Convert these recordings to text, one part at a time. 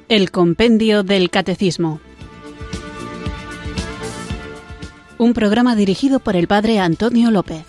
El Compendio del Catecismo. Un programa dirigido por el Padre Antonio López.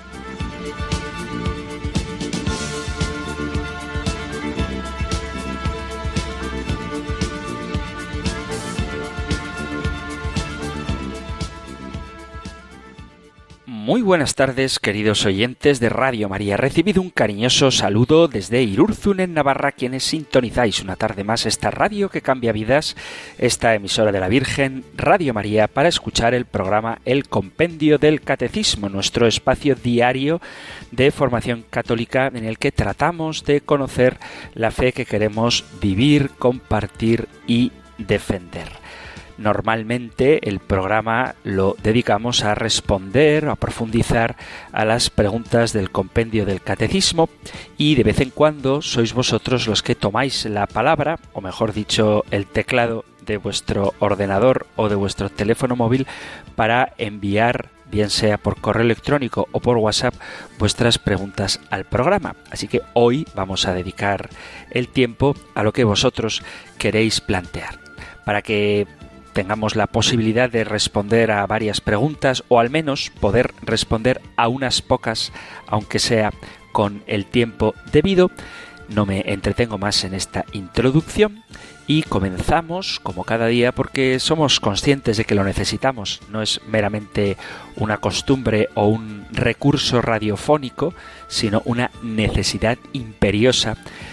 Muy buenas tardes, queridos oyentes de Radio María. Recibido un cariñoso saludo desde Irurzun, en Navarra, quienes sintonizáis una tarde más esta radio que cambia vidas, esta emisora de la Virgen, Radio María, para escuchar el programa El Compendio del Catecismo, nuestro espacio diario de formación católica en el que tratamos de conocer la fe que queremos vivir, compartir y defender. Normalmente el programa lo dedicamos a responder, a profundizar a las preguntas del compendio del catecismo, y de vez en cuando sois vosotros los que tomáis la palabra, o mejor dicho, el teclado de vuestro ordenador o de vuestro teléfono móvil para enviar, bien sea por correo electrónico o por WhatsApp, vuestras preguntas al programa. Así que hoy vamos a dedicar el tiempo a lo que vosotros queréis plantear, para que tengamos la posibilidad de responder a varias preguntas, o al menos poder responder a unas pocas, aunque sea con el tiempo debido. No me entretengo más en esta introducción y comenzamos, como cada día, porque somos conscientes de que lo necesitamos. No es meramente una costumbre o un recurso radiofónico, sino una necesidad imperiosa.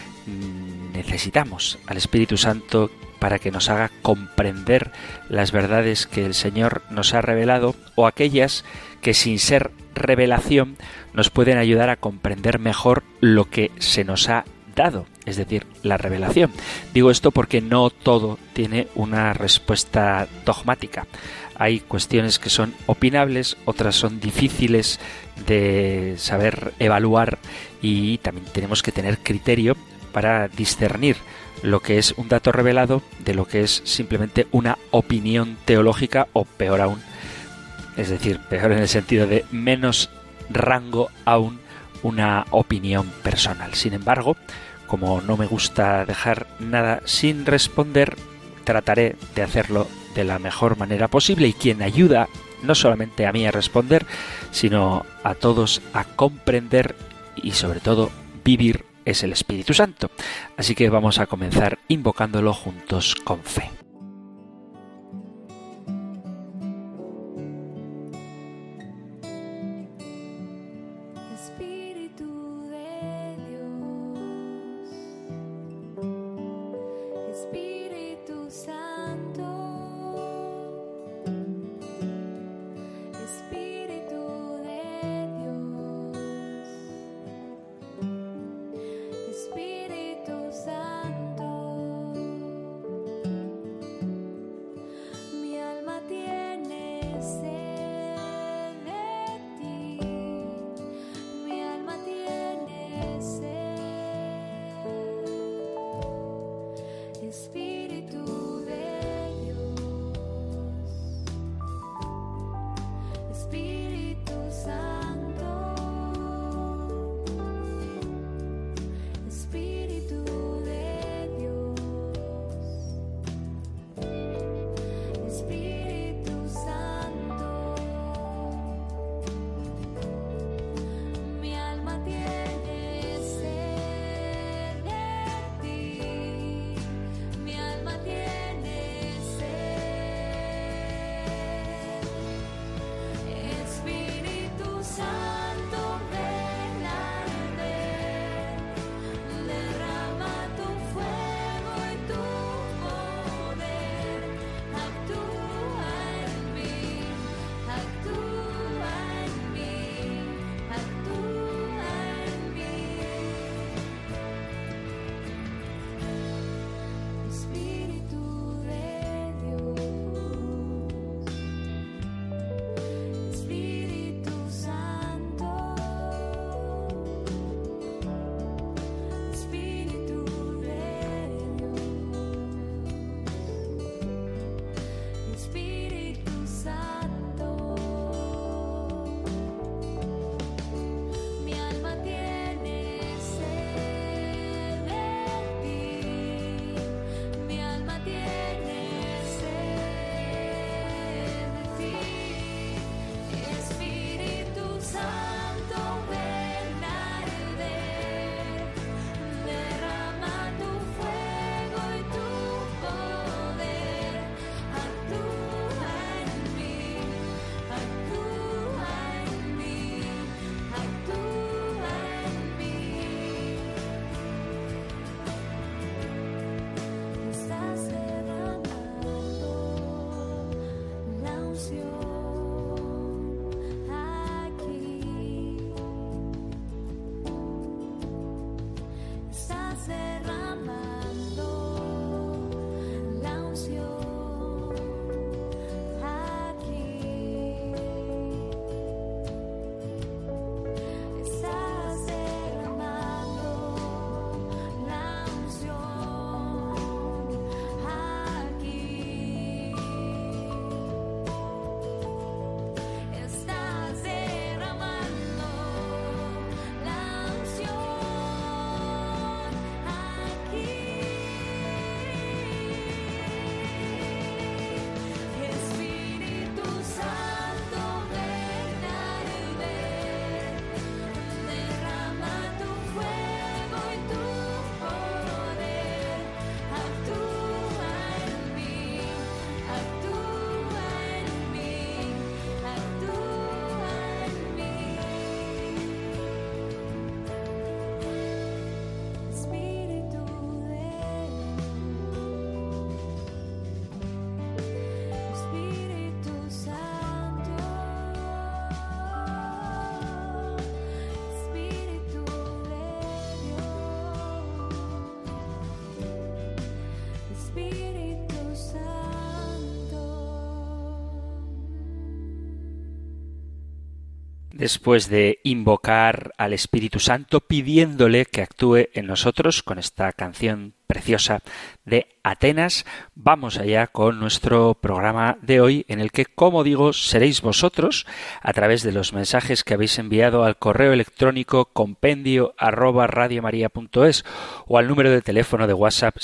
Necesitamos al Espíritu Santo para que nos haga comprender las verdades que el Señor nos ha revelado, o aquellas que sin ser revelación nos pueden ayudar a comprender mejor lo que se nos ha dado, es decir, la revelación. Digo esto porque no todo tiene una respuesta dogmática. Hay cuestiones que son opinables, otras son difíciles de saber evaluar, y también tenemos que tener criterio para discernir lo que es un dato revelado de lo que es simplemente una opinión teológica, o peor aún, es decir, peor en el sentido de menos rango aún, una opinión personal. Sin embargo, como no me gusta dejar nada sin responder, trataré de hacerlo de la mejor manera posible, y quien ayuda no solamente a mí a responder, sino a todos a comprender y sobre todo vivir, es el Espíritu Santo. Así que vamos a comenzar invocándolo juntos con fe. después de invocar al Espíritu Santo pidiéndole que actúe en nosotros con esta canción preciosa de Atenas, vamos allá con nuestro programa de hoy, en el que, como digo, seréis vosotros, a través de los mensajes que habéis enviado al correo electrónico compendio@radiomaria.es o al número de teléfono de WhatsApp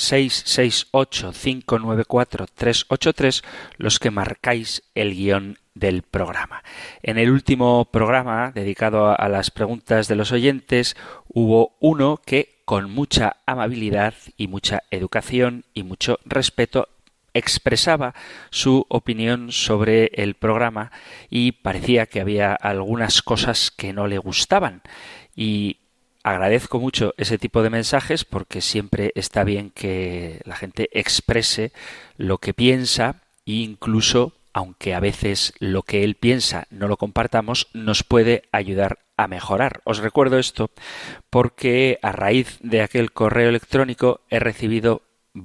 668-594-383, los que marcáis el guión del programa. En el último programa, dedicado a las preguntas de los oyentes, hubo uno que, con mucha amabilidad y mucha educación y mucho respeto, expresaba su opinión sobre el programa y parecía que había algunas cosas que no le gustaban. Y agradezco mucho ese tipo de mensajes porque siempre está bien que la gente exprese lo que piensa e incluso, aunque a veces lo que él piensa no lo compartamos, nos puede ayudar a mejorar. Os recuerdo esto porque a raíz de aquel correo electrónico he recibido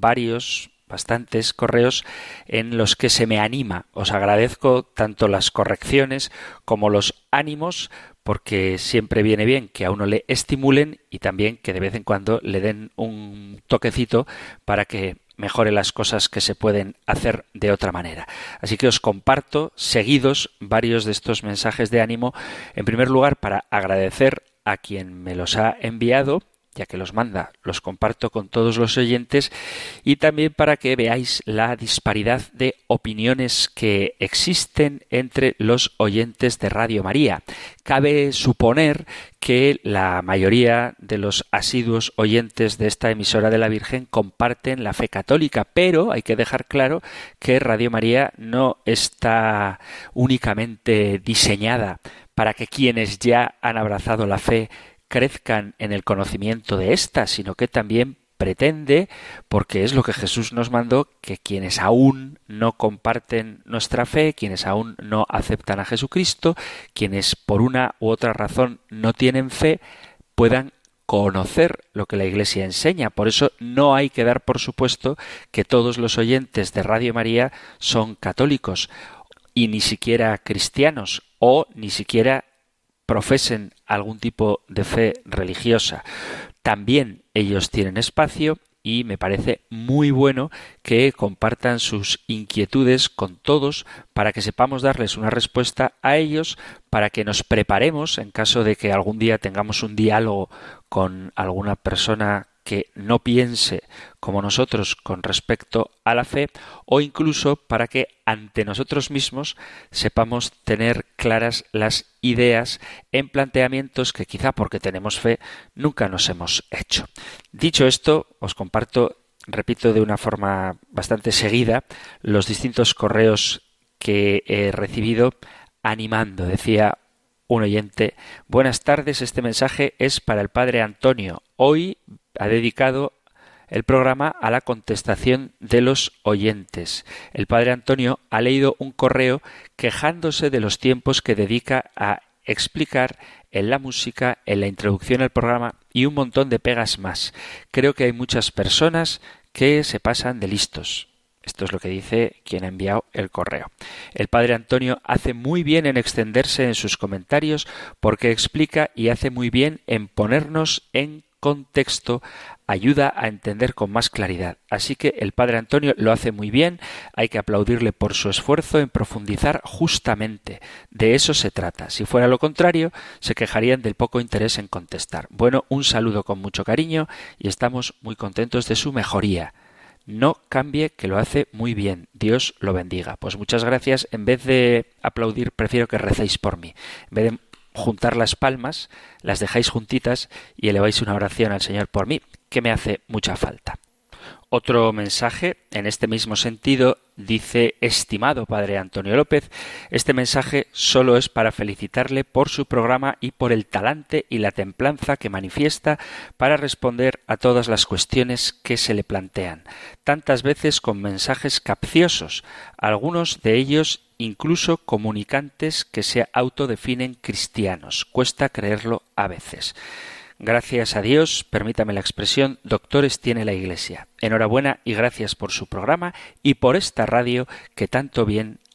bastantes correos en los que se me anima. Os agradezco tanto las correcciones como los ánimos, porque siempre viene bien que a uno le estimulen y también que de vez en cuando le den un toquecito para que mejore las cosas que se pueden hacer de otra manera. Así que os comparto seguidos varios de estos mensajes de ánimo, en primer lugar para agradecer a quien me los ha enviado, ya que los manda, los comparto con todos los oyentes, y también para que veáis la disparidad de opiniones que existen entre los oyentes de Radio María. Cabe suponer que la mayoría de los asiduos oyentes de esta emisora de la Virgen comparten la fe católica, pero hay que dejar claro que Radio María no está únicamente diseñada para que quienes ya han abrazado la fe crezcan en el conocimiento de ésta, sino que también pretende, porque es lo que Jesús nos mandó, que quienes aún no comparten nuestra fe, quienes aún no aceptan a Jesucristo, quienes por una u otra razón no tienen fe, puedan conocer lo que la Iglesia enseña. Por eso no hay que dar por supuesto que todos los oyentes de Radio María son católicos, y ni siquiera cristianos, o ni siquiera profesen algún tipo de fe religiosa. También ellos tienen espacio y me parece muy bueno que compartan sus inquietudes con todos para que sepamos darles una respuesta a ellos, para que nos preparemos en caso de que algún día tengamos un diálogo con alguna persona que no piense como nosotros con respecto a la fe, o incluso para que ante nosotros mismos sepamos tener claras las ideas en planteamientos que quizá porque tenemos fe nunca nos hemos hecho. Dicho esto, os comparto, repito de una forma bastante seguida, los distintos correos que he recibido animando. Decía un oyente: buenas tardes, este mensaje es para el padre Antonio. Hoy ha dedicado el programa a la contestación de los oyentes. El padre Antonio ha leído un correo quejándose de los tiempos que dedica a explicar en la música, en la introducción al programa y un montón de pegas más. Creo que hay muchas personas que se pasan de listos. Esto es lo que dice quien ha enviado el correo. El padre Antonio hace muy bien en extenderse en sus comentarios porque explica y hace muy bien en ponernos en contexto, ayuda a entender con más claridad. Así que el padre Antonio lo hace muy bien, hay que aplaudirle por su esfuerzo en profundizar justamente. De eso se trata. Si fuera lo contrario, se quejarían del poco interés en contestar. Bueno, un saludo con mucho cariño y estamos muy contentos de su mejoría. No cambie, que lo hace muy bien. Dios lo bendiga. Pues muchas gracias. En vez de aplaudir, prefiero que recéis por mí. En vez de juntar las palmas, las dejáis juntitas y eleváis una oración al Señor por mí, que me hace mucha falta. Otro mensaje en este mismo sentido dice: estimado padre Antonio López, este mensaje solo es para felicitarle por su programa y por el talante y la templanza que manifiesta para responder a todas las cuestiones que se le plantean, tantas veces con mensajes capciosos, algunos de ellos incluso comunicantes que se autodefinen cristianos. Cuesta creerlo a veces. Gracias a Dios, permítame la expresión, doctores tiene la Iglesia. Enhorabuena y gracias por su programa y por esta radio que tanto bien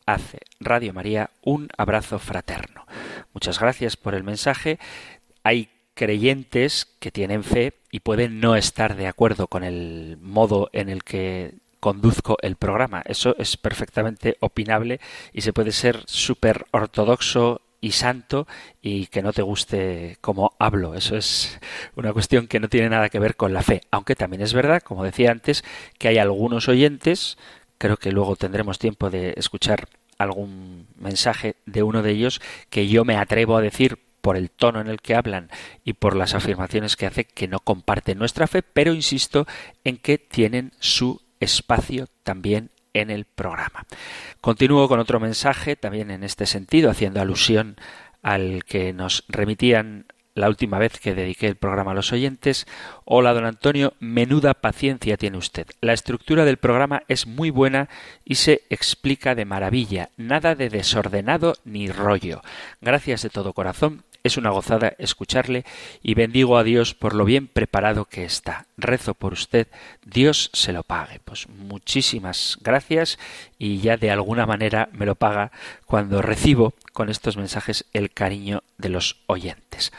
hace Radio María un abrazo fraterno. Muchas gracias por el mensaje. Hay creyentes que tienen fe y pueden no estar de acuerdo con el modo en el que conduzco el programa. Eso es perfectamente opinable y se puede ser súper ortodoxo y santo y que no te guste cómo hablo. Eso es una cuestión que no tiene nada que ver con la fe. Aunque también es verdad, como decía antes, que hay algunos oyentes, creo que luego tendremos tiempo de escuchar algún mensaje de uno de ellos, que yo me atrevo a decir por el tono en el que hablan y por las afirmaciones que hace que no comparten nuestra fe, pero insisto en que tienen su espacio también en el programa. Continúo con otro mensaje también en este sentido, haciendo alusión al que nos remitían la última vez que dediqué el programa a los oyentes. Hola, don Antonio, menuda paciencia tiene usted. La estructura del programa es muy buena y se explica de maravilla, nada de desordenado ni rollo. Gracias de todo corazón. Es una gozada escucharle y bendigo a Dios por lo bien preparado que está. Rezo por usted, Dios se lo pague. Pues muchísimas gracias y ya de alguna manera me lo paga cuando recibo con estos mensajes el cariño de los oyentes.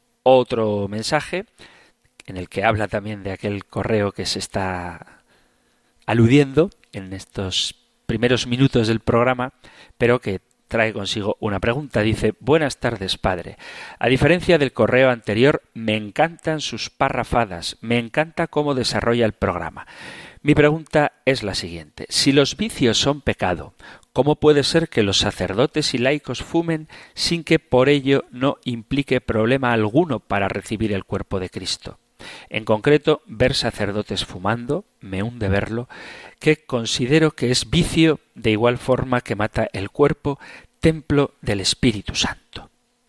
Otro mensaje en el que habla también de aquel correo que se está aludiendo en estos primeros minutos del programa, pero que trae consigo una pregunta. Dice: buenas tardes, padre. A diferencia del correo anterior, me encantan sus parrafadas, me encanta cómo desarrolla el programa. Mi pregunta es la siguiente: si los vicios son pecado, ¿cómo puede ser que los sacerdotes y laicos fumen sin que por ello no implique problema alguno para recibir el cuerpo de Cristo? En concreto, ver sacerdotes fumando, me hunde verlo, que considero que es vicio de igual forma que mata el cuerpo, templo del Espíritu Santo.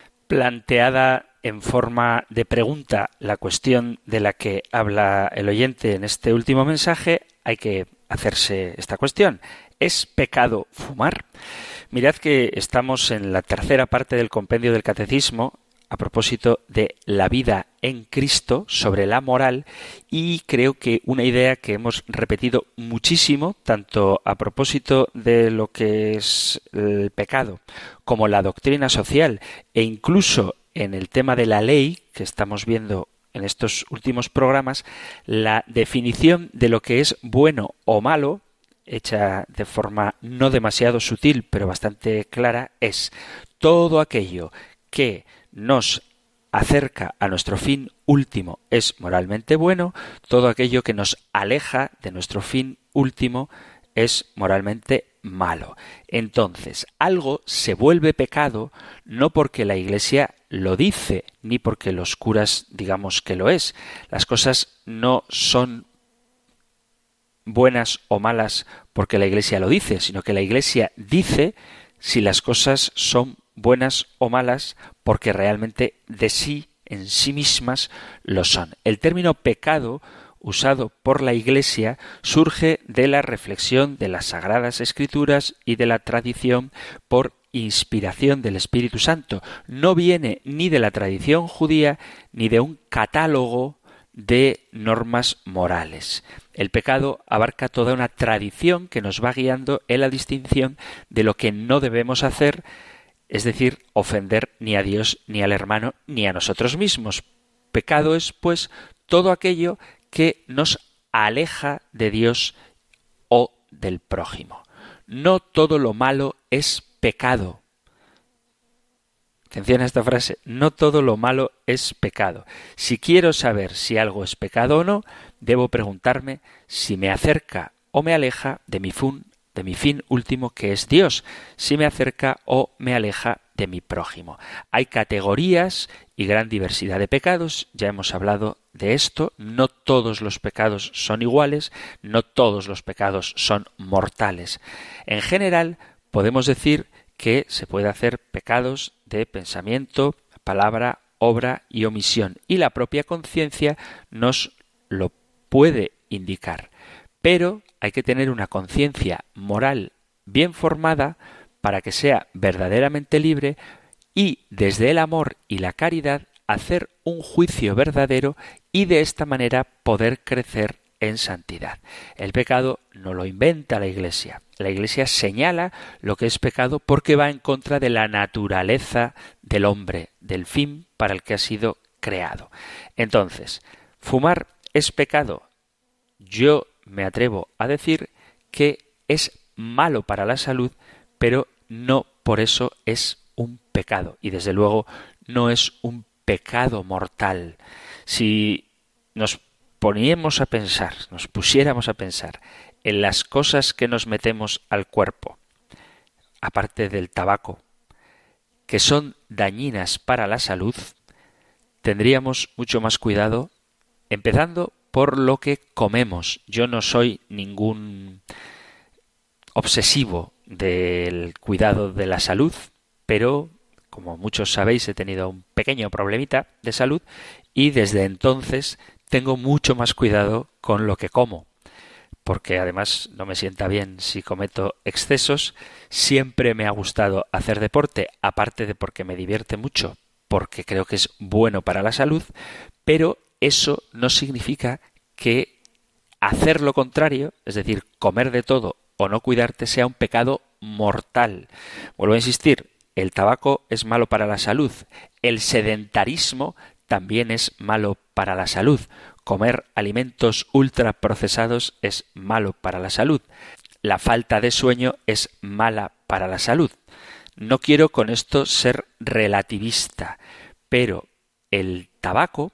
Planteada en forma de pregunta la cuestión de la que habla el oyente en este último mensaje, hay que hacerse esta cuestión. ¿Es pecado fumar? Mirad que estamos en la tercera parte del compendio del Catecismo, a propósito de la vida en Cristo, sobre la moral, y creo que una idea que hemos repetido muchísimo, tanto a propósito de lo que es el pecado, como la doctrina social, e incluso en el tema de la ley, que estamos viendo en estos últimos programas, la definición de lo que es bueno o malo, hecha de forma no demasiado sutil, pero bastante clara, es todo aquello que nos acerca a nuestro fin último es moralmente bueno, todo aquello que nos aleja de nuestro fin último es moralmente malo. Entonces, algo se vuelve pecado no porque la Iglesia lo dice, ni porque los curas digamos que lo es. Las cosas no son buenas o malas porque la Iglesia lo dice, sino que la Iglesia dice si las cosas son buenas o malas porque realmente de sí, en sí mismas, lo son. El término pecado, usado por la Iglesia, surge de la reflexión de las Sagradas Escrituras y de la tradición por inspiración del Espíritu Santo. No viene ni de la tradición judía ni de un catálogo de normas morales. El pecado abarca toda una tradición que nos va guiando en la distinción de lo que no debemos hacer, es decir, ofender ni a Dios, ni al hermano, ni a nosotros mismos. Pecado es, pues, todo aquello que nos aleja de Dios o del prójimo. No todo lo malo es pecado. Atención a esta frase, no todo lo malo es pecado. Si quiero saber si algo es pecado o no, debo preguntarme si me acerca o me aleja de mi fin último, que es Dios, si me acerca o me aleja de mi prójimo. Hay categorías y gran diversidad de pecados, ya hemos hablado de esto, no todos los pecados son iguales, no todos los pecados son mortales. En general, podemos decir que se puede hacer pecados de pensamiento, palabra, obra y omisión, y la propia conciencia nos lo puede indicar. Pero hay que tener una conciencia moral bien formada para que sea verdaderamente libre y desde el amor y la caridad hacer un juicio verdadero y de esta manera poder crecer en santidad. El pecado no lo inventa la Iglesia. La Iglesia señala lo que es pecado porque va en contra de la naturaleza del hombre, del fin para el que ha sido creado. Entonces, ¿fumar es pecado? Yo me atrevo a decir que es malo para la salud, pero no por eso es un pecado. Y desde luego no es un pecado mortal. Si nos pusiéramos a pensar en las cosas que nos metemos al cuerpo, aparte del tabaco, que son dañinas para la salud, tendríamos mucho más cuidado, empezando por lo que comemos. Yo no soy ningún obsesivo del cuidado de la salud, pero como muchos sabéis he tenido un pequeño problemita de salud y desde entonces tengo mucho más cuidado con lo que como, porque además no me sienta bien si cometo excesos. Siempre me ha gustado hacer deporte, aparte de porque me divierte mucho, porque creo que es bueno para la salud, pero eso no significa que hacer lo contrario, es decir, comer de todo o no cuidarte, sea un pecado mortal. Vuelvo a insistir, el tabaco es malo para la salud, el sedentarismo también es malo para la salud, comer alimentos ultraprocesados es malo para la salud, la falta de sueño es mala para la salud. No quiero con esto ser relativista, pero el tabaco,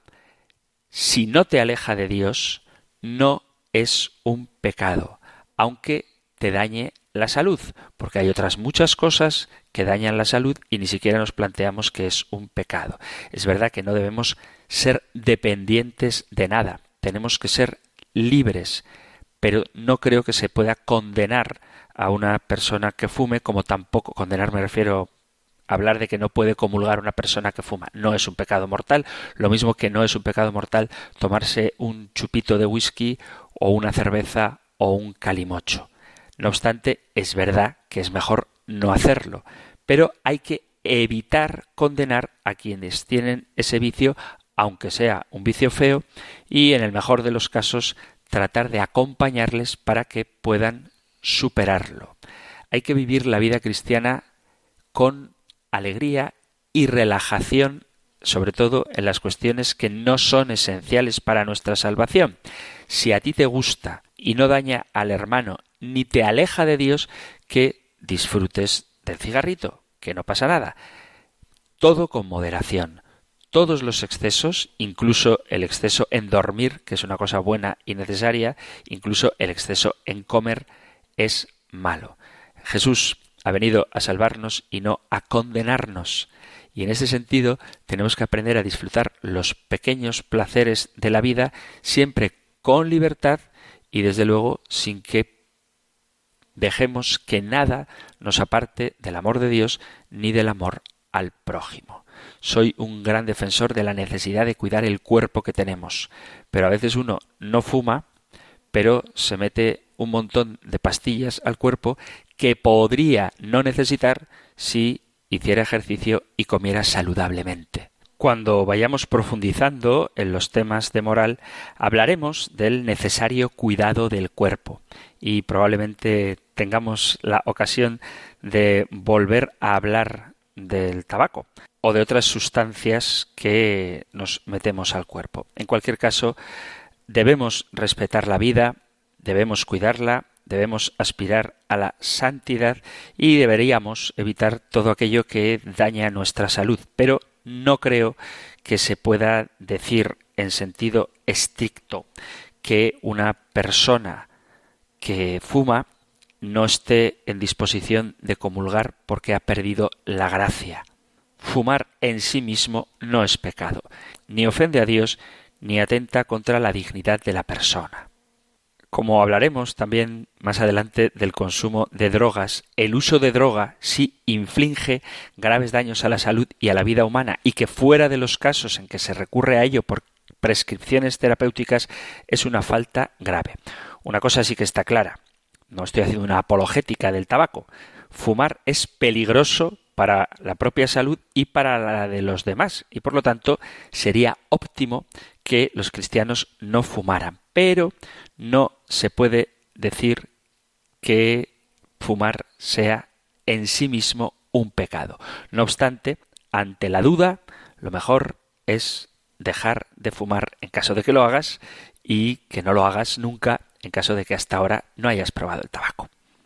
si no te aleja de Dios, no es un pecado, aunque te dañe la salud, porque hay otras muchas cosas que dañan la salud y ni siquiera nos planteamos que es un pecado. Es verdad que no debemos ser dependientes de nada, tenemos que ser libres, pero no creo que se pueda condenar a una persona que fume, como tampoco condenar, me refiero a hablar de que no puede comulgar una persona que fuma. No es un pecado mortal, lo mismo que no es un pecado mortal tomarse un chupito de whisky o una cerveza o un calimocho. No obstante, es verdad que es mejor no hacerlo, pero hay que evitar condenar a quienes tienen ese vicio, aunque sea un vicio feo, y en el mejor de los casos tratar de acompañarles para que puedan superarlo. Hay que vivir la vida cristiana con alegría y relajación, sobre todo en las cuestiones que no son esenciales para nuestra salvación. Si a ti te gusta y no daña al hermano ni te aleja de Dios, que disfrutes del cigarrito, que no pasa nada. Todo con moderación. Todos los excesos, incluso el exceso en dormir, que es una cosa buena y necesaria, incluso el exceso en comer, es malo. Jesús ha venido a salvarnos y no a condenarnos. Y en ese sentido tenemos que aprender a disfrutar los pequeños placeres de la vida, siempre con libertad y desde luego sin que dejemos que nada nos aparte del amor de Dios ni del amor al prójimo. Soy un gran defensor de la necesidad de cuidar el cuerpo que tenemos, pero a veces uno no fuma, pero se mete un montón de pastillas al cuerpo que podría no necesitar si hiciera ejercicio y comiera saludablemente. Cuando vayamos profundizando en los temas de moral, hablaremos del necesario cuidado del cuerpo y probablemente tengamos la ocasión de volver a hablar del tabaco o de otras sustancias que nos metemos al cuerpo. En cualquier caso, debemos respetar la vida, debemos cuidarla, debemos aspirar a la santidad y deberíamos evitar todo aquello que daña nuestra salud, pero no creo que se pueda decir en sentido estricto que una persona que fuma no esté en disposición de comulgar porque ha perdido la gracia. Fumar en sí mismo no es pecado, ni ofende a Dios ni atenta contra la dignidad de la persona. Como hablaremos también más adelante del consumo de drogas, el uso de droga sí inflige graves daños a la salud y a la vida humana y que fuera de los casos en que se recurre a ello por prescripciones terapéuticas es una falta grave. Una cosa sí que está clara, no estoy haciendo una apologética del tabaco. Fumar es peligroso para la propia salud y para la de los demás y por lo tanto sería óptimo que los cristianos no fumaran, pero no se puede decir que fumar sea en sí mismo un pecado. No obstante, ante la duda, lo mejor es dejar de fumar en caso de que lo hagas y que no lo hagas nunca en caso de que hasta ahora no hayas probado el tabaco.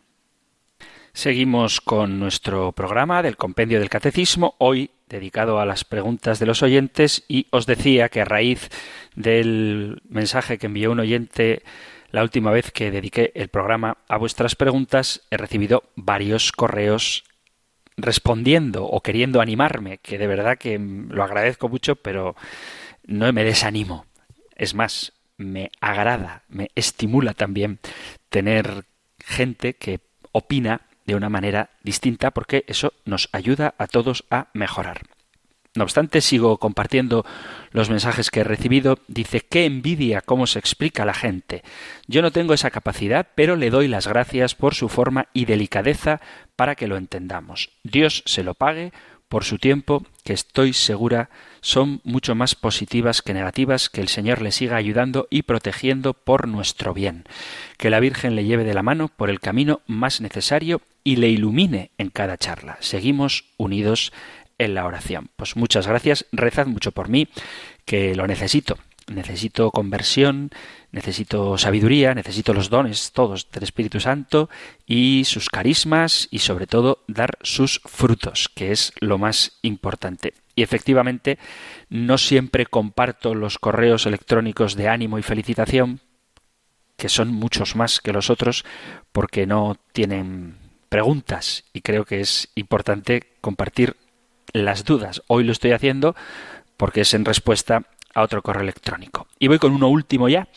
Seguimos con nuestro programa del Compendio del Catecismo, hoy dedicado a las preguntas de los oyentes, y os decía que a raíz del mensaje que envió un oyente la última vez que dediqué el programa a vuestras preguntas, he recibido varios correos respondiendo o queriendo animarme, que de verdad que lo agradezco mucho, pero no me desanimo. Es más, me agrada, me estimula también tener gente que opina de una manera distinta, porque eso nos ayuda a todos a mejorar. No obstante, sigo compartiendo los mensajes que he recibido. Dice: qué envidia cómo se explica la gente. Yo no tengo esa capacidad, pero le doy las gracias por su forma y delicadeza para que lo entendamos. Dios se lo pague por su tiempo, que estoy segura son mucho más positivas que negativas. Que el Señor le siga ayudando y protegiendo por nuestro bien. Que la Virgen le lleve de la mano por el camino más necesario y le ilumine en cada charla. Seguimos unidos en la oración. Pues muchas gracias, rezad mucho por mí, que lo necesito. Necesito conversión, necesito sabiduría, necesito los dones todos del Espíritu Santo y sus carismas, y sobre todo dar sus frutos, que es lo más importante. Y efectivamente no siempre comparto los correos electrónicos de ánimo y felicitación, que son muchos más que los otros, porque no tienen preguntas, y creo que es importante compartir las dudas. Hoy lo estoy haciendo porque es en respuesta a otro correo electrónico. Y voy con uno último ya,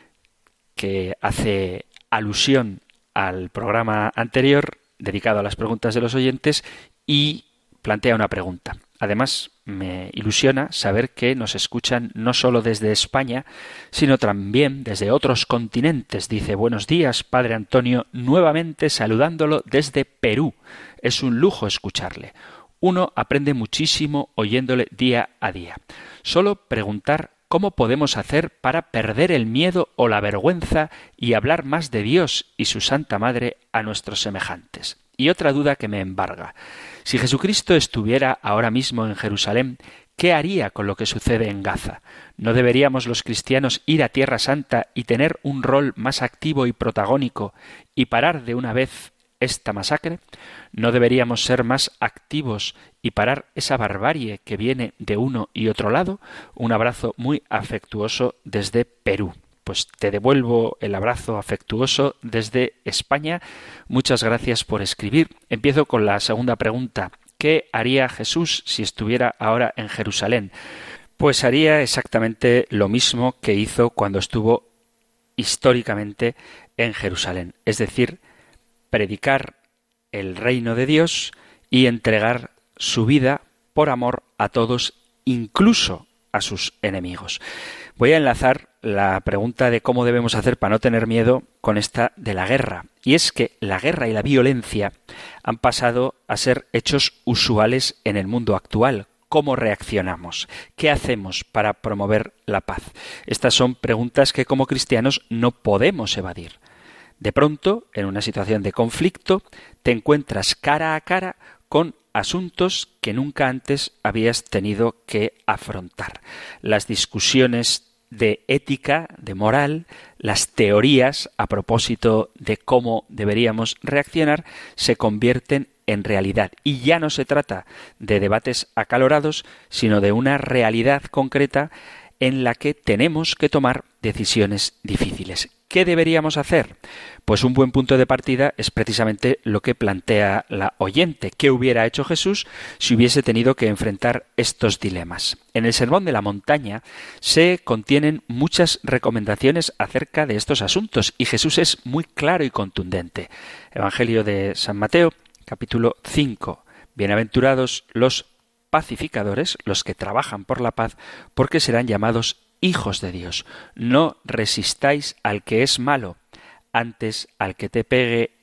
que hace alusión al programa anterior dedicado a las preguntas de los oyentes y plantea una pregunta. Además, me ilusiona saber que nos escuchan no solo desde España, sino también desde otros continentes. Dice: buenos días, Padre Antonio, nuevamente saludándolo desde Perú. Es un lujo escucharle. Uno aprende muchísimo oyéndole día a día. Solo preguntar cómo podemos hacer para perder el miedo o la vergüenza y hablar más de Dios y su Santa Madre a nuestros semejantes. Y otra duda que me embarga: si Jesucristo estuviera ahora mismo en Jerusalén, ¿qué haría con lo que sucede en Gaza? ¿No deberíamos los cristianos ir a Tierra Santa y tener un rol más activo y protagónico y parar de una vez esta masacre? ¿No deberíamos ser más activos y parar esa barbarie que viene de uno y otro lado? Un abrazo muy afectuoso desde Perú. Pues te devuelvo el abrazo afectuoso desde España. Muchas gracias por escribir. Empiezo con la segunda pregunta. ¿Qué haría Jesús si estuviera ahora en Jerusalén? Pues haría exactamente lo mismo que hizo cuando estuvo históricamente en Jerusalén. Es decir, predicar el reino de Dios y entregar su vida por amor a todos, incluso a sus enemigos. Voy a enlazar la pregunta de cómo debemos hacer para no tener miedo con esta de la guerra. Y es que la guerra y la violencia han pasado a ser hechos usuales en el mundo actual. ¿Cómo reaccionamos? ¿Qué hacemos para promover la paz? Estas son preguntas que como cristianos no podemos evadir. De pronto, en una situación de conflicto, te encuentras cara a cara con asuntos que nunca antes habías tenido que afrontar. Las discusiones de ética, de moral, las teorías a propósito de cómo deberíamos reaccionar se convierten en realidad. Y ya no se trata de debates acalorados, sino de una realidad concreta en la que tenemos que tomar decisiones difíciles. ¿Qué deberíamos hacer? Pues un buen punto de partida es precisamente lo que plantea la oyente. ¿Qué hubiera hecho Jesús si hubiese tenido que enfrentar estos dilemas? En el Sermón de la Montaña se contienen muchas recomendaciones acerca de estos asuntos y Jesús es muy claro y contundente. Evangelio de San Mateo, capítulo 5. Bienaventurados los pacificadores, los que trabajan por la paz, porque serán llamados hijos de Dios. No resistáis al que es malo, antes al que te pegue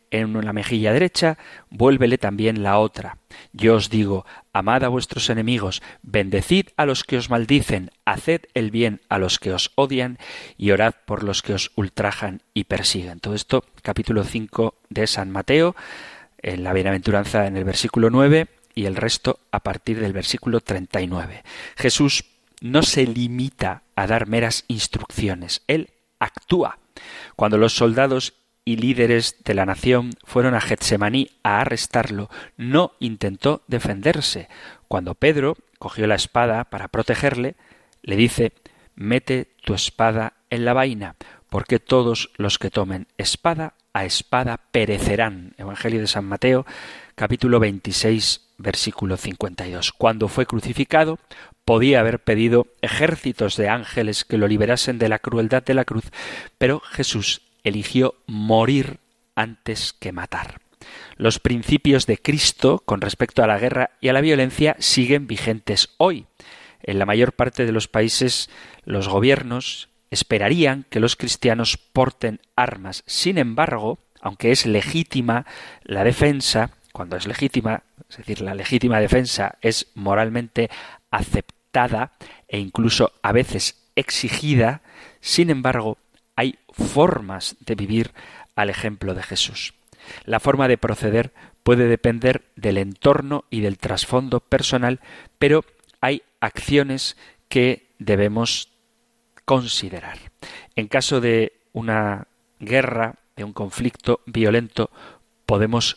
en la mejilla derecha, vuélvele también la otra. Yo os digo, amad a vuestros enemigos, bendecid a los que os maldicen, haced el bien a los que os odian y orad por los que os ultrajan y persiguen. Todo esto, capítulo 5 de San Mateo, en la bienaventuranza en el versículo 9 y el resto a partir del versículo 39. Jesús no se limita a dar meras instrucciones, Él actúa. Cuando los soldados y líderes de la nación fueron a Getsemaní a arrestarlo, no intentó defenderse. Cuando Pedro cogió la espada para protegerle, le dice: mete tu espada en la vaina, porque todos los que tomen espada, a espada perecerán. Evangelio de San Mateo, capítulo 26, versículo 52. Cuando fue crucificado, podía haber pedido ejércitos de ángeles que lo liberasen de la crueldad de la cruz, pero Jesús eligió morir antes que matar. Los principios de Cristo con respecto a la guerra y a la violencia siguen vigentes hoy. En la mayor parte de los países, los gobiernos esperarían que los cristianos porten armas. Sin embargo, aunque es legítima la defensa, cuando es legítima, es decir, la legítima defensa es moralmente aceptada e incluso a veces exigida, sin embargo, hay formas de vivir al ejemplo de Jesús. La forma de proceder puede depender del entorno y del trasfondo personal, pero hay acciones que debemos considerar. En caso de una guerra, de un conflicto violento, podemos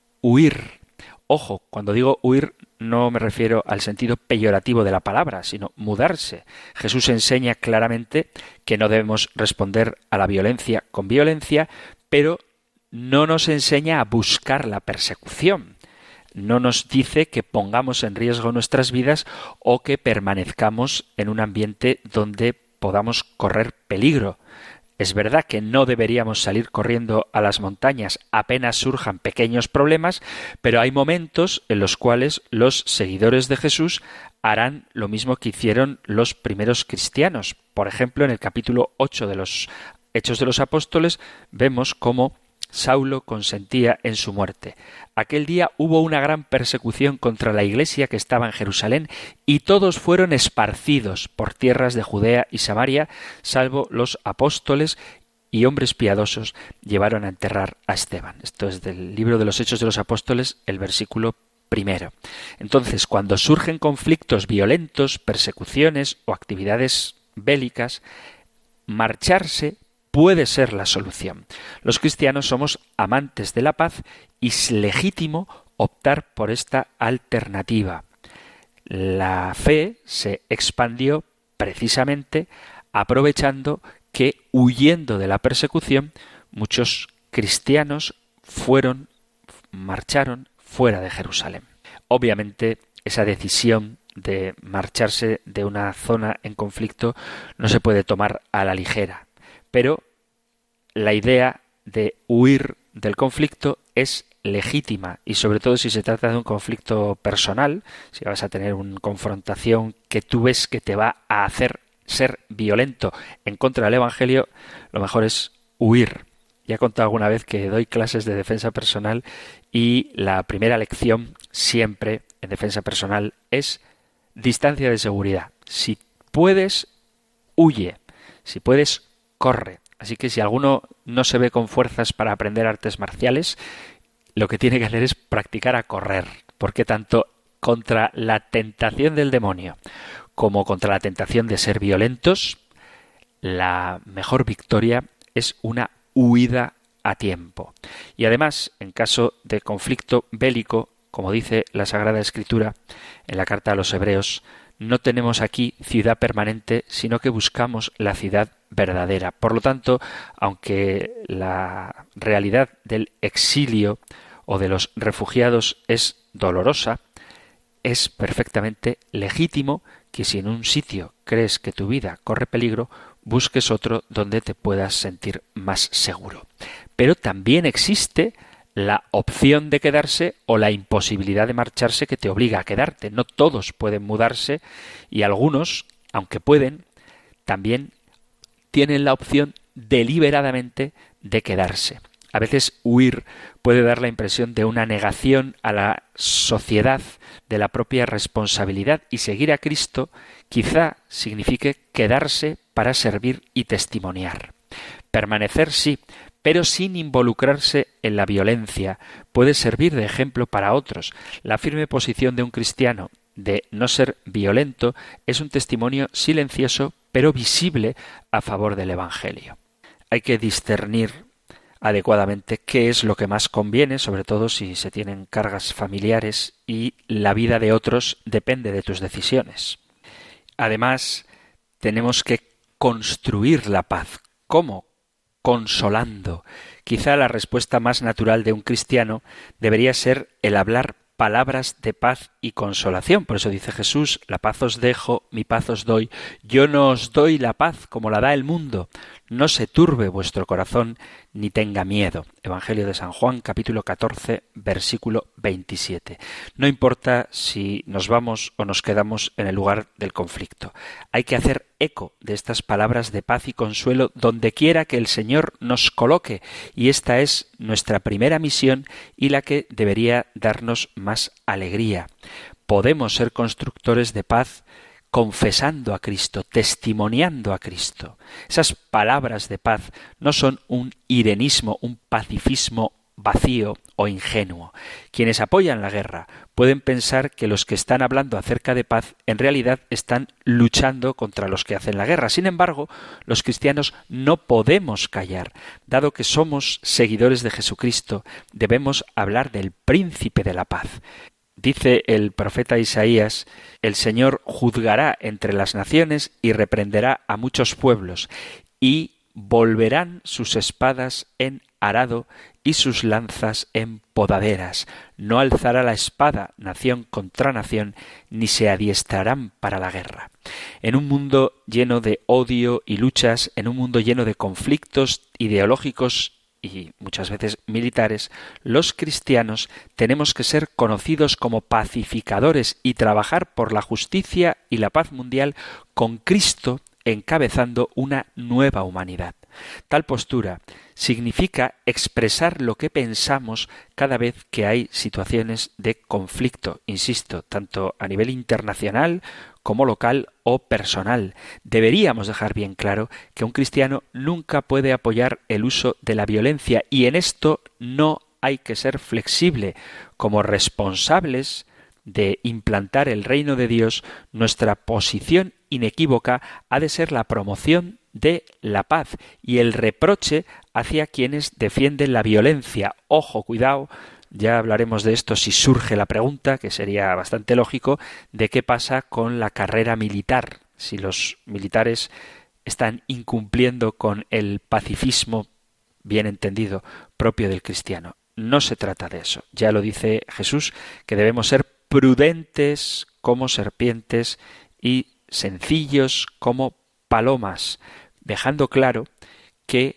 huir. Ojo, cuando digo huir no me refiero al sentido peyorativo de la palabra, sino mudarse. Jesús enseña claramente que no debemos responder a la violencia con violencia, pero no nos enseña a buscar la persecución. No nos dice que pongamos en riesgo nuestras vidas o que permanezcamos en un ambiente donde podamos correr peligro. Es verdad que no deberíamos salir corriendo a las montañas apenas surjan pequeños problemas, pero hay momentos en los cuales los seguidores de Jesús harán lo mismo que hicieron los primeros cristianos. Por ejemplo, en el capítulo 8 de los Hechos de los Apóstoles vemos cómo Saulo consentía en su muerte. Aquel día hubo una gran persecución contra la iglesia que estaba en Jerusalén y todos fueron esparcidos por tierras de Judea y Samaria, salvo los apóstoles y hombres piadosos llevaron a enterrar a Esteban. Esto es del libro de los Hechos de los Apóstoles, el versículo 1. Entonces, cuando surgen conflictos violentos, persecuciones o actividades bélicas, marcharse puede ser la solución. Los cristianos somos amantes de la paz y es legítimo optar por esta alternativa. La fe se expandió precisamente aprovechando que, huyendo de la persecución, muchos cristianos marcharon fuera de Jerusalén. Obviamente, esa decisión de marcharse de una zona en conflicto no se puede tomar a la ligera. Pero la idea de huir del conflicto es legítima y sobre todo si se trata de un conflicto personal, si vas a tener una confrontación que tú ves que te va a hacer ser violento en contra del Evangelio, lo mejor es huir. Ya he contado alguna vez que doy clases de defensa personal y la primera lección siempre en defensa personal es distancia de seguridad. Si puedes, huye. Si puedes, corre. Así que si alguno no se ve con fuerzas para aprender artes marciales, lo que tiene que hacer es practicar a correr, porque tanto contra la tentación del demonio como contra la tentación de ser violentos, la mejor victoria es una huida a tiempo. Y además, en caso de conflicto bélico, como dice la Sagrada Escritura en la carta a los Hebreos, no tenemos aquí ciudad permanente, sino que buscamos la ciudad verdadera. Por lo tanto, aunque la realidad del exilio o de los refugiados es dolorosa, es perfectamente legítimo que si en un sitio crees que tu vida corre peligro, busques otro donde te puedas sentir más seguro. Pero también existe la opción de quedarse o la imposibilidad de marcharse que te obliga a quedarte. No todos pueden mudarse y algunos, aunque pueden, también tienen la opción deliberadamente de quedarse. A veces huir puede dar la impresión de una negación a la sociedad de la propia responsabilidad, y seguir a Cristo quizá signifique quedarse para servir y testimoniar. Permanecer sí, pero sin involucrarse en la violencia, puede servir de ejemplo para otros. La firme posición de un cristiano de no ser violento es un testimonio silencioso pero visible a favor del Evangelio. Hay que discernir adecuadamente qué es lo que más conviene, sobre todo si se tienen cargas familiares y la vida de otros depende de tus decisiones. Además, tenemos que construir la paz. ¿Cómo? Consolando. Quizá la respuesta más natural de un cristiano debería ser el hablar palabras de paz y consolación. Por eso dice Jesús: la paz os dejo, mi paz os doy. Yo no os doy la paz como la da el mundo. No se turbe vuestro corazón ni tenga miedo. Evangelio de San Juan, capítulo 14, versículo 27. No importa si nos vamos o nos quedamos en el lugar del conflicto. Hay que hacer eco de estas palabras de paz y consuelo donde quiera que el Señor nos coloque, y esta es nuestra primera misión y la que debería darnos más alegría. Podemos ser constructores de paz confesando a Cristo, testimoniando a Cristo. Esas palabras de paz no son un irenismo, un pacifismo vacío o ingenuo. Quienes apoyan la guerra pueden pensar que los que están hablando acerca de paz en realidad están luchando contra los que hacen la guerra. Sin embargo, los cristianos no podemos callar. Dado que somos seguidores de Jesucristo, debemos hablar del príncipe de la paz. Dice el profeta Isaías: el Señor juzgará entre las naciones y reprenderá a muchos pueblos, y volverán sus espadas en arado y sus lanzas en podaderas. No alzará la espada nación contra nación, ni se adiestrarán para la guerra. En un mundo lleno de odio y luchas, en un mundo lleno de conflictos ideológicos y muchas veces militares, los cristianos tenemos que ser conocidos como pacificadores y trabajar por la justicia y la paz mundial con Cristo encabezando una nueva humanidad. Tal postura significa expresar lo que pensamos cada vez que hay situaciones de conflicto, insisto, tanto a nivel internacional como local o personal. Deberíamos dejar bien claro que un cristiano nunca puede apoyar el uso de la violencia, y en esto no hay que ser flexible. Como responsables de implantar el reino de Dios, nuestra posición inequívoca ha de ser la promoción de la paz y el reproche hacia quienes defienden la violencia. Ojo, cuidado, ya hablaremos de esto si surge la pregunta, que sería bastante lógico, de qué pasa con la carrera militar, si los militares están incumpliendo con el pacifismo bien entendido propio del cristiano. No se trata de eso. Ya lo dice Jesús, que debemos ser prudentes como serpientes y sencillos como palomas, dejando claro que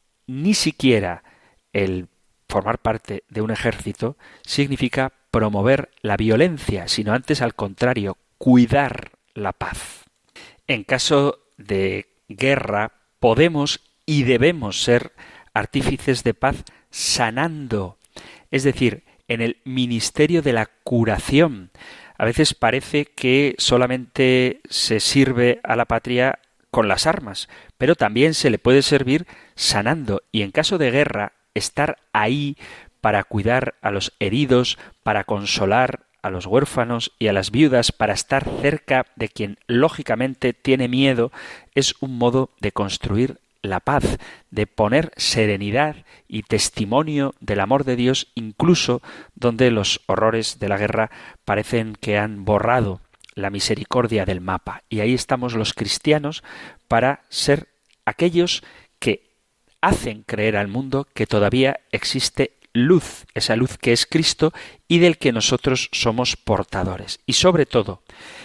ni siquiera el formar parte de un ejército significa promover la violencia, sino antes al contrario, cuidar la paz. En caso de guerra, podemos y debemos ser artífices de paz sanando, es decir, en el ministerio de la curación. A veces parece que solamente se sirve a la patria con las armas, pero también se le puede servir sanando, y en caso de guerra, estar ahí para cuidar a los heridos, para consolar a los huérfanos y a las viudas, para estar cerca de quien lógicamente tiene miedo, es un modo de construir la paz, de poner serenidad y testimonio del amor de Dios, incluso donde los horrores de la guerra parecen que han borrado la misericordia del mapa. Y ahí estamos los cristianos para ser aquellos que hacen creer al mundo que todavía existe luz, esa luz que es Cristo y del que nosotros somos portadores. Y sobre todo,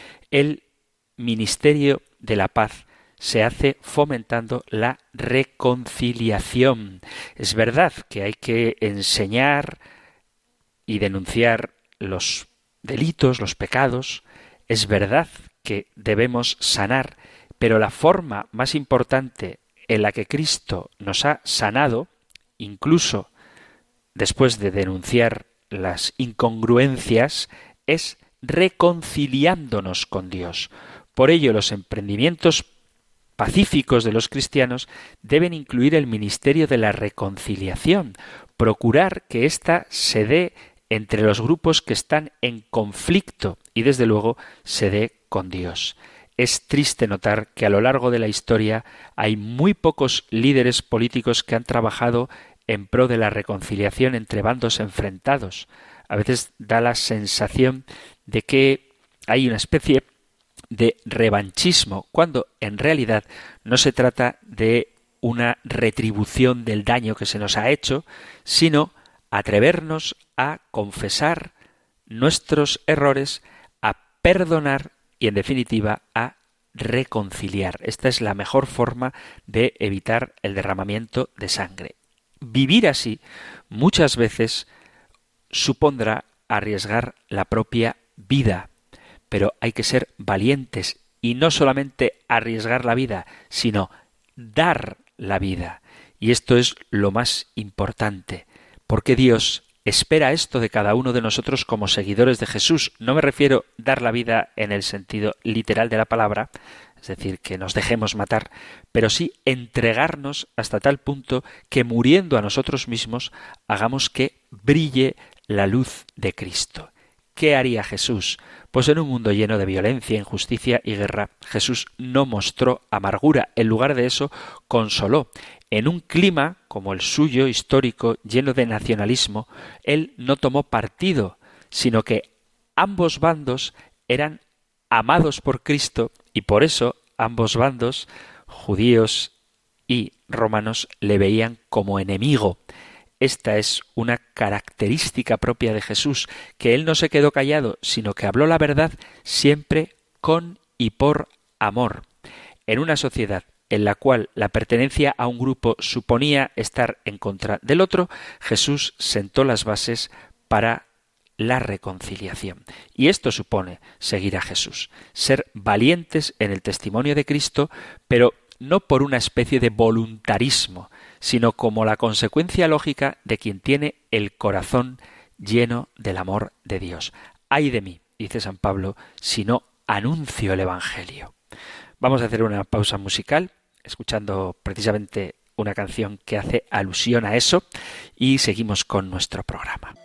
el ministerio de la paz se hace fomentando la reconciliación. Es verdad que hay que enseñar y denunciar los delitos, los pecados. Es verdad que debemos sanar, pero la forma más importante en la que Cristo nos ha sanado, incluso después de denunciar las incongruencias, es reconciliándonos con Dios. Por ello, los emprendimientos pacíficos de los cristianos deben incluir el ministerio de la reconciliación, procurar que ésta se dé entre los grupos que están en conflicto y, desde luego, se dé con Dios. Es triste notar que a lo largo de la historia hay muy pocos líderes políticos que han trabajado en pro de la reconciliación entre bandos enfrentados. A veces da la sensación de que hay una especie de revanchismo, cuando en realidad no se trata de una retribución del daño que se nos ha hecho, sino atrevernos a confesar nuestros errores, a perdonar y, en definitiva, a reconciliar. Esta es la mejor forma de evitar el derramamiento de sangre. Vivir así muchas veces supondrá arriesgar la propia vida, pero hay que ser valientes y no solamente arriesgar la vida, sino dar la vida. Y esto es lo más importante, porque Dios espera esto de cada uno de nosotros como seguidores de Jesús. No me refiero a dar la vida en el sentido literal de la palabra, es decir, que nos dejemos matar, pero sí entregarnos hasta tal punto que, muriendo a nosotros mismos, hagamos que brille la luz de Cristo. ¿Qué haría Jesús? Pues en un mundo lleno de violencia, injusticia y guerra, Jesús no mostró amargura. En lugar de eso, consoló. En un clima como el suyo, histórico, lleno de nacionalismo, él no tomó partido, sino que ambos bandos eran amados por Cristo y por eso ambos bandos, judíos y romanos, le veían como enemigo. Esta es una característica propia de Jesús, que él no se quedó callado, sino que habló la verdad siempre con y por amor. En una sociedad en la cual la pertenencia a un grupo suponía estar en contra del otro, Jesús sentó las bases para la reconciliación. Y esto supone seguir a Jesús, ser valientes en el testimonio de Cristo, pero no por una especie de voluntarismo, sino como la consecuencia lógica de quien tiene el corazón lleno del amor de Dios. ¡Ay de mí!, dice San Pablo, si no anuncio el Evangelio. Vamos a hacer una pausa musical, escuchando precisamente una canción que hace alusión a eso, y seguimos con nuestro programa.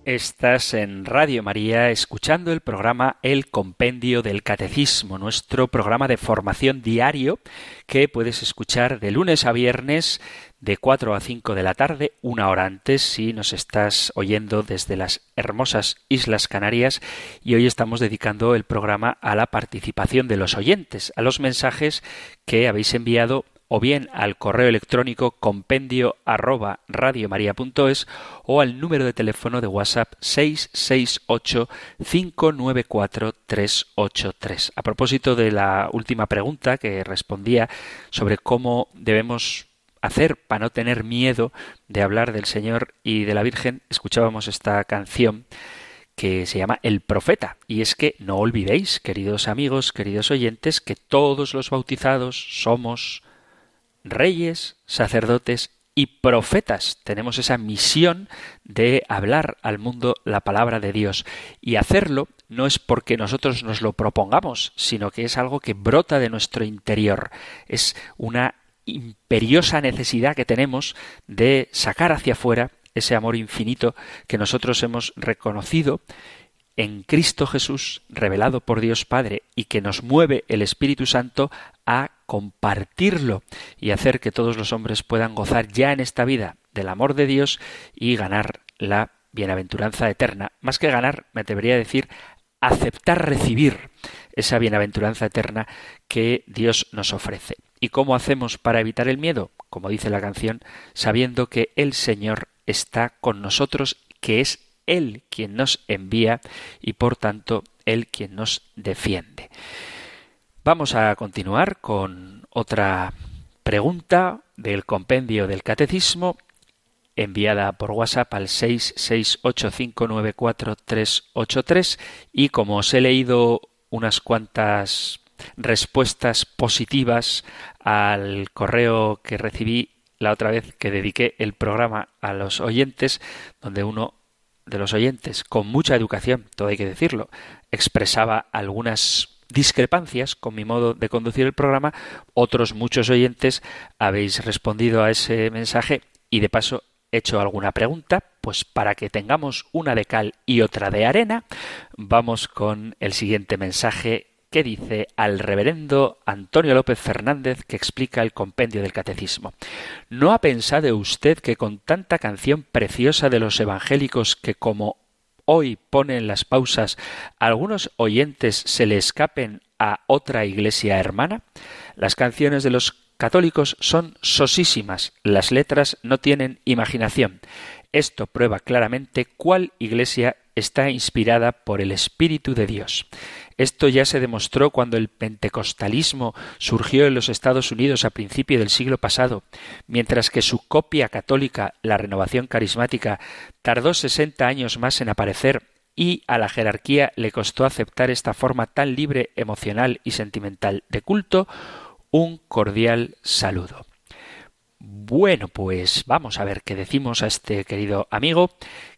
Estás en Radio María escuchando el programa El Compendio del Catecismo, nuestro programa de formación diario que puedes escuchar de lunes a viernes de 4 a 5 de la tarde, una hora antes si nos estás oyendo desde las hermosas Islas Canarias, y hoy estamos dedicando el programa a la participación de los oyentes, a los mensajes que habéis enviado o bien al correo electrónico compendio@radiomaria.es o al número de teléfono de WhatsApp 668-594-383. A propósito de la última pregunta que respondía sobre cómo debemos hacer para no tener miedo de hablar del Señor y de la Virgen, escuchábamos esta canción que se llama El Profeta. Y es que no olvidéis, queridos amigos, queridos oyentes, que todos los bautizados somos reyes, sacerdotes y profetas. Tenemos esa misión de hablar al mundo la palabra de Dios. Y hacerlo no es porque nosotros nos lo propongamos, sino que es algo que brota de nuestro interior. Es una imperiosa necesidad que tenemos de sacar hacia afuera ese amor infinito que nosotros hemos reconocido en Cristo Jesús, revelado por Dios Padre, y que nos mueve el Espíritu Santo a compartirlo y hacer que todos los hombres puedan gozar ya en esta vida del amor de Dios y ganar la bienaventuranza eterna. Más que ganar, me debería decir aceptar recibir esa bienaventuranza eterna que Dios nos ofrece. ¿Y cómo hacemos para evitar el miedo? Como dice la canción, sabiendo que el Señor está con nosotros, que es Él quien nos envía y por tanto Él quien nos defiende. Vamos a continuar con otra pregunta del compendio del Catecismo enviada por WhatsApp al 668-594-383, y como os he leído unas cuantas respuestas positivas al correo que recibí la otra vez que dediqué el programa a los oyentes, donde uno de los oyentes, con mucha educación, todo hay que decirlo, expresaba algunas discrepancias con mi modo de conducir el programa, otros muchos oyentes habéis respondido a ese mensaje y de paso he hecho alguna pregunta, pues para que tengamos una de cal y otra de arena, vamos con el siguiente mensaje que dice al reverendo Antonio López Fernández, que explica el compendio del Catecismo. ¿No ha pensado usted que con tanta canción preciosa de los evangélicos que como hoy ponen las pausas, a algunos oyentes se le escapen a otra iglesia hermana? Las canciones de los católicos son sosísimas, las letras no tienen imaginación. Esto prueba claramente cuál iglesia está inspirada por el Espíritu de Dios. Esto ya se demostró cuando el pentecostalismo surgió en los Estados Unidos a principios del siglo pasado, mientras que su copia católica, la Renovación Carismática, tardó 60 años más en aparecer y a la jerarquía le costó aceptar esta forma tan libre, emocional y sentimental de culto. Un cordial saludo. Bueno, pues vamos a ver qué decimos a este querido amigo.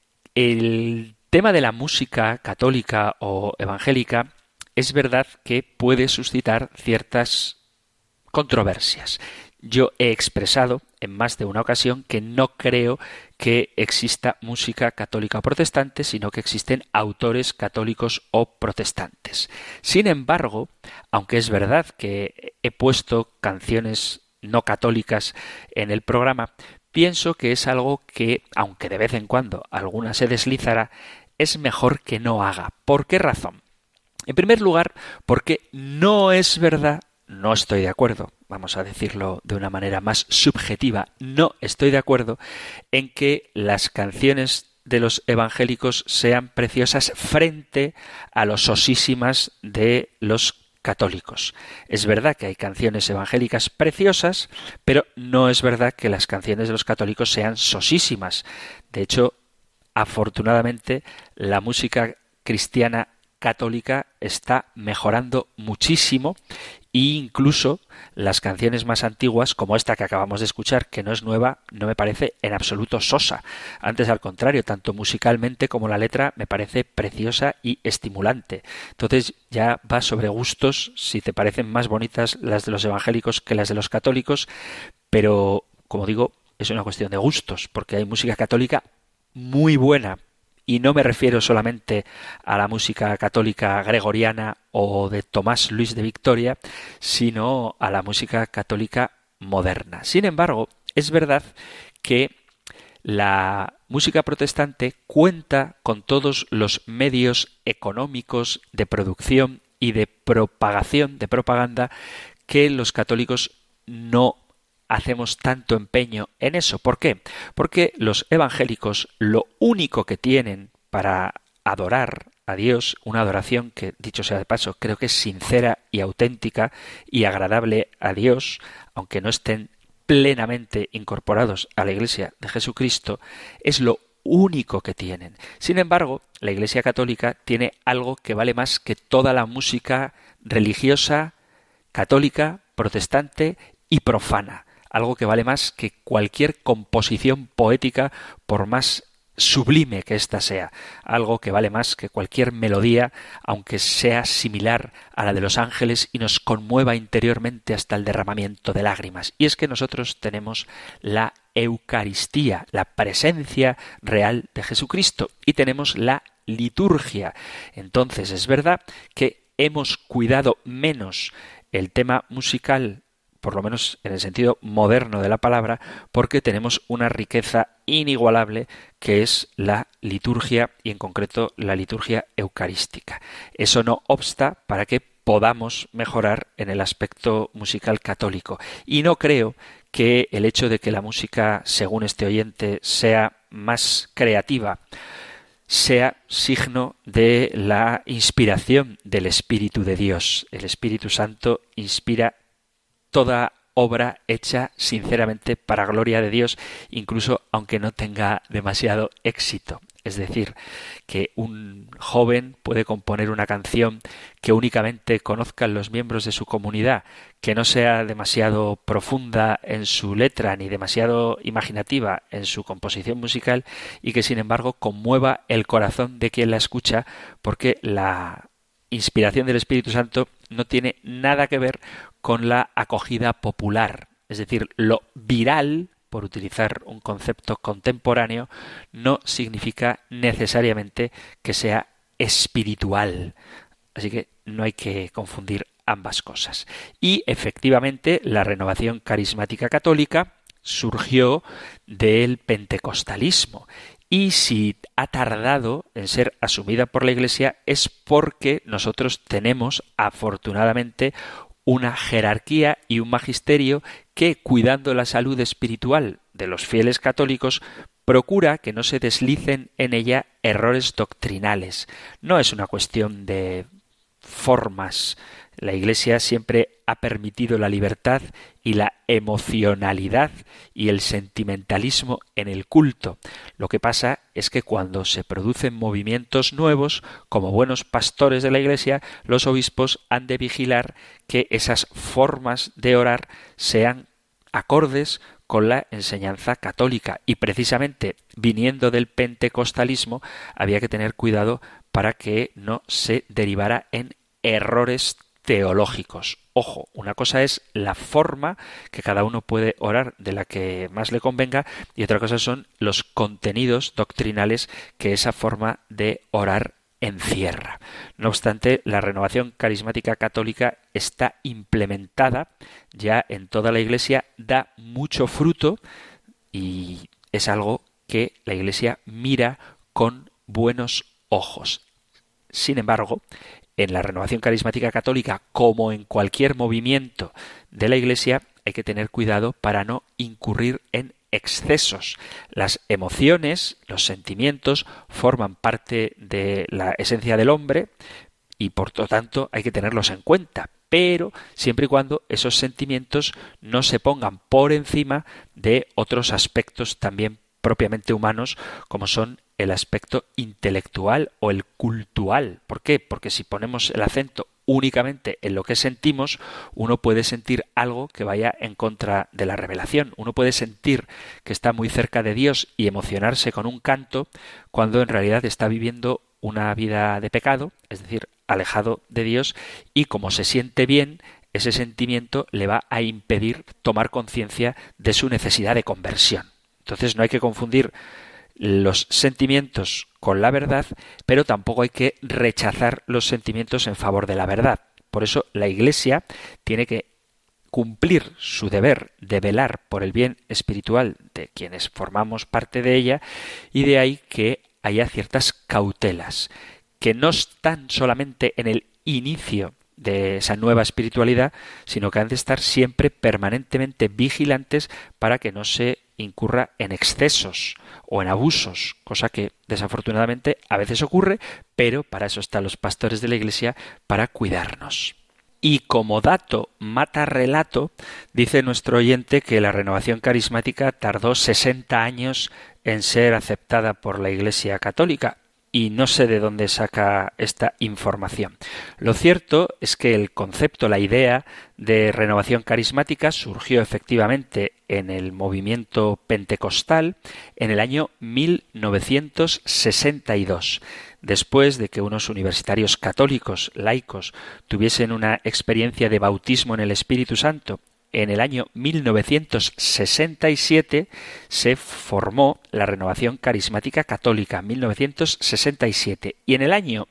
El tema de la música católica o evangélica es verdad que puede suscitar ciertas controversias. Yo he expresado en más de una ocasión que no creo que exista música católica o protestante, sino que existen autores católicos o protestantes. Sin embargo, aunque es verdad que he puesto canciones no católicas en el programa, pienso que es algo que, aunque de vez en cuando alguna se deslizará, es mejor que no haga. ¿Por qué razón? En primer lugar, porque no es verdad, no estoy de acuerdo, vamos a decirlo de una manera más subjetiva, no estoy de acuerdo en que las canciones de los evangélicos sean preciosas frente a los sosísimas de los católicos. Es verdad que hay canciones evangélicas preciosas, pero no es verdad que las canciones de los católicos sean sosísimas. De hecho, afortunadamente, la música cristiana católica está mejorando muchísimo e incluso las canciones más antiguas, como esta que acabamos de escuchar, que no es nueva, no me parece en absoluto sosa. Antes, al contrario, tanto musicalmente como la letra me parece preciosa y estimulante. Entonces ya va sobre gustos, si te parecen más bonitas las de los evangélicos que las de los católicos, pero, como digo, es una cuestión de gustos, porque hay música católica muy buena y no me refiero solamente a la música católica gregoriana o de Tomás Luis de Victoria, sino a la música católica moderna. Sin embargo, es verdad que la música protestante cuenta con todos los medios económicos de producción y de propagación, de propaganda, que los católicos no hacemos tanto empeño en eso. ¿Por qué? Porque los evangélicos lo único que tienen para adorar a Dios, una adoración que, dicho sea de paso, creo que es sincera y auténtica y agradable a Dios, aunque no estén plenamente incorporados a la Iglesia de Jesucristo, es lo único que tienen. Sin embargo, la Iglesia católica tiene algo que vale más que toda la música religiosa, católica, protestante y profana. Algo que vale más que cualquier composición poética, por más sublime que ésta sea. Algo que vale más que cualquier melodía, aunque sea similar a la de los ángeles y nos conmueva interiormente hasta el derramamiento de lágrimas. Y es que nosotros tenemos la Eucaristía, la presencia real de Jesucristo, y tenemos la liturgia. Entonces es verdad que hemos cuidado menos el tema musical, por lo menos en el sentido moderno de la palabra, porque tenemos una riqueza inigualable que es la liturgia y en concreto la liturgia eucarística. Eso no obsta para que podamos mejorar en el aspecto musical católico. Y no creo que el hecho de que la música, según este oyente, sea más creativa, sea signo de la inspiración del Espíritu de Dios. El Espíritu Santo inspira toda obra hecha sinceramente para gloria de Dios, incluso aunque no tenga demasiado éxito. Es decir, que un joven puede componer una canción que únicamente conozcan los miembros de su comunidad, que no sea demasiado profunda en su letra ni demasiado imaginativa en su composición musical y que sin embargo conmueva el corazón de quien la escucha, porque la inspiración del Espíritu Santo no tiene nada que ver con la acogida popular. Es decir, lo viral, por utilizar un concepto contemporáneo, no significa necesariamente que sea espiritual. Así que no hay que confundir ambas cosas. Y efectivamente, la renovación carismática católica surgió del pentecostalismo. Y si ha tardado en ser asumida por la Iglesia es porque nosotros tenemos, afortunadamente, una jerarquía y un magisterio que, cuidando la salud espiritual de los fieles católicos, procura que no se deslicen en ella errores doctrinales. No es una cuestión de formas. La Iglesia siempre ha permitido la libertad y la emocionalidad y el sentimentalismo en el culto. Lo que pasa es que cuando se producen movimientos nuevos, como buenos pastores de la Iglesia, los obispos han de vigilar que esas formas de orar sean acordes con la enseñanza católica. Y precisamente viniendo del pentecostalismo había que tener cuidado para que no se derivara en errores teológicos. Ojo, una cosa es la forma que cada uno puede orar de la que más le convenga y otra cosa son los contenidos doctrinales que esa forma de orar encierra. No obstante, la renovación carismática católica está implementada ya en toda la Iglesia, da mucho fruto y es algo que la Iglesia mira con buenos ojos. Sin embargo, en la renovación carismática católica, como en cualquier movimiento de la Iglesia, hay que tener cuidado para no incurrir en excesos. Las emociones, los sentimientos, forman parte de la esencia del hombre y por lo tanto hay que tenerlos en cuenta, pero siempre y cuando esos sentimientos no se pongan por encima de otros aspectos también propiamente humanos, como son el aspecto intelectual o el cultural. ¿Por qué? Porque si ponemos el acento únicamente en lo que sentimos, uno puede sentir algo que vaya en contra de la revelación. Uno puede sentir que está muy cerca de Dios y emocionarse con un canto cuando en realidad está viviendo una vida de pecado, es decir, alejado de Dios, y como se siente bien, ese sentimiento le va a impedir tomar conciencia de su necesidad de conversión. Entonces no hay que confundir los sentimientos con la verdad, pero tampoco hay que rechazar los sentimientos en favor de la verdad. Por eso la Iglesia tiene que cumplir su deber de velar por el bien espiritual de quienes formamos parte de ella, y de ahí que haya ciertas cautelas que no están solamente en el inicio de esa nueva espiritualidad, sino que han de estar siempre permanentemente vigilantes para que no se incurra en excesos o en abusos, cosa que desafortunadamente a veces ocurre, pero para eso están los pastores de la Iglesia, para cuidarnos. Y como dato mata relato, dice nuestro oyente que la renovación carismática tardó 60 años en ser aceptada por la Iglesia católica. Y no sé de dónde saca esta información. Lo cierto es que el concepto, la idea de renovación carismática surgió efectivamente en el movimiento pentecostal en el año 1962, después de que unos universitarios católicos laicos tuviesen una experiencia de bautismo en el Espíritu Santo. En el año 1967 se formó la Renovación Carismática Católica, 1967. Y en el año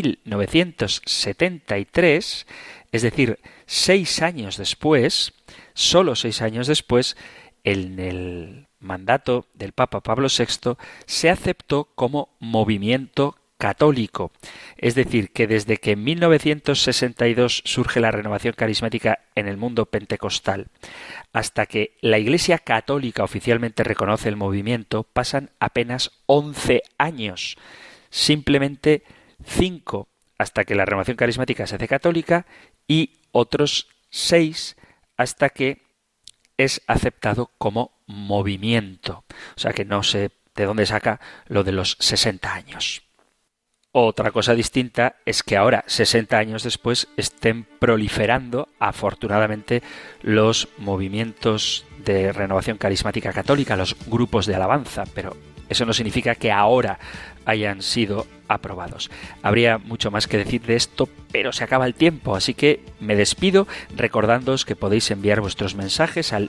1973, es decir, 6 años después, solo 6 años después, en el mandato del Papa Pablo VI, se aceptó como movimiento católico. Es decir, que desde que en 1962 surge la renovación carismática en el mundo pentecostal hasta que la Iglesia católica oficialmente reconoce el movimiento, pasan apenas 11 años. Simplemente 5 hasta que la renovación carismática se hace católica y otros 6 hasta que es aceptado como movimiento. O sea que no sé de dónde saca lo de los 60 años. Otra cosa distinta es que ahora, 60 años después, estén proliferando, afortunadamente, los movimientos de renovación carismática católica, los grupos de alabanza, pero eso no significa que ahora hayan sido aprobados. Habría mucho más que decir de esto, pero se acaba el tiempo, así que me despido recordándoos que podéis enviar vuestros mensajes al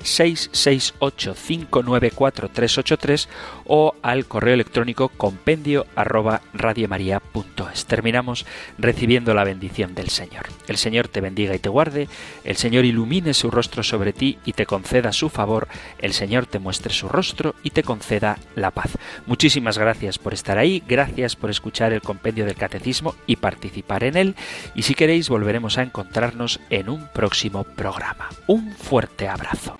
668-594-383 o al correo electrónico compendio@radiomaria.es. Terminamos recibiendo la bendición del Señor. El Señor te bendiga y te guarde, el Señor ilumine su rostro sobre ti y te conceda su favor, el Señor te muestre su rostro y te conceda la paz. Muchísimas gracias por estar ahí, gracias por escuchar el compendio del Catecismo y participar en él, y si queréis volveremos a encontrarnos en un próximo programa. Un fuerte abrazo.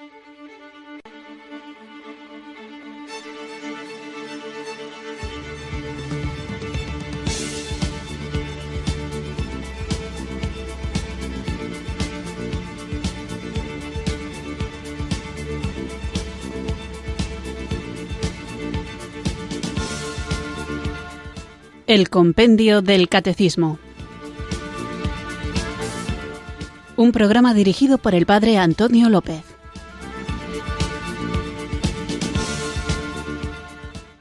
El compendio del Catecismo. Un programa dirigido por el Padre Antonio López.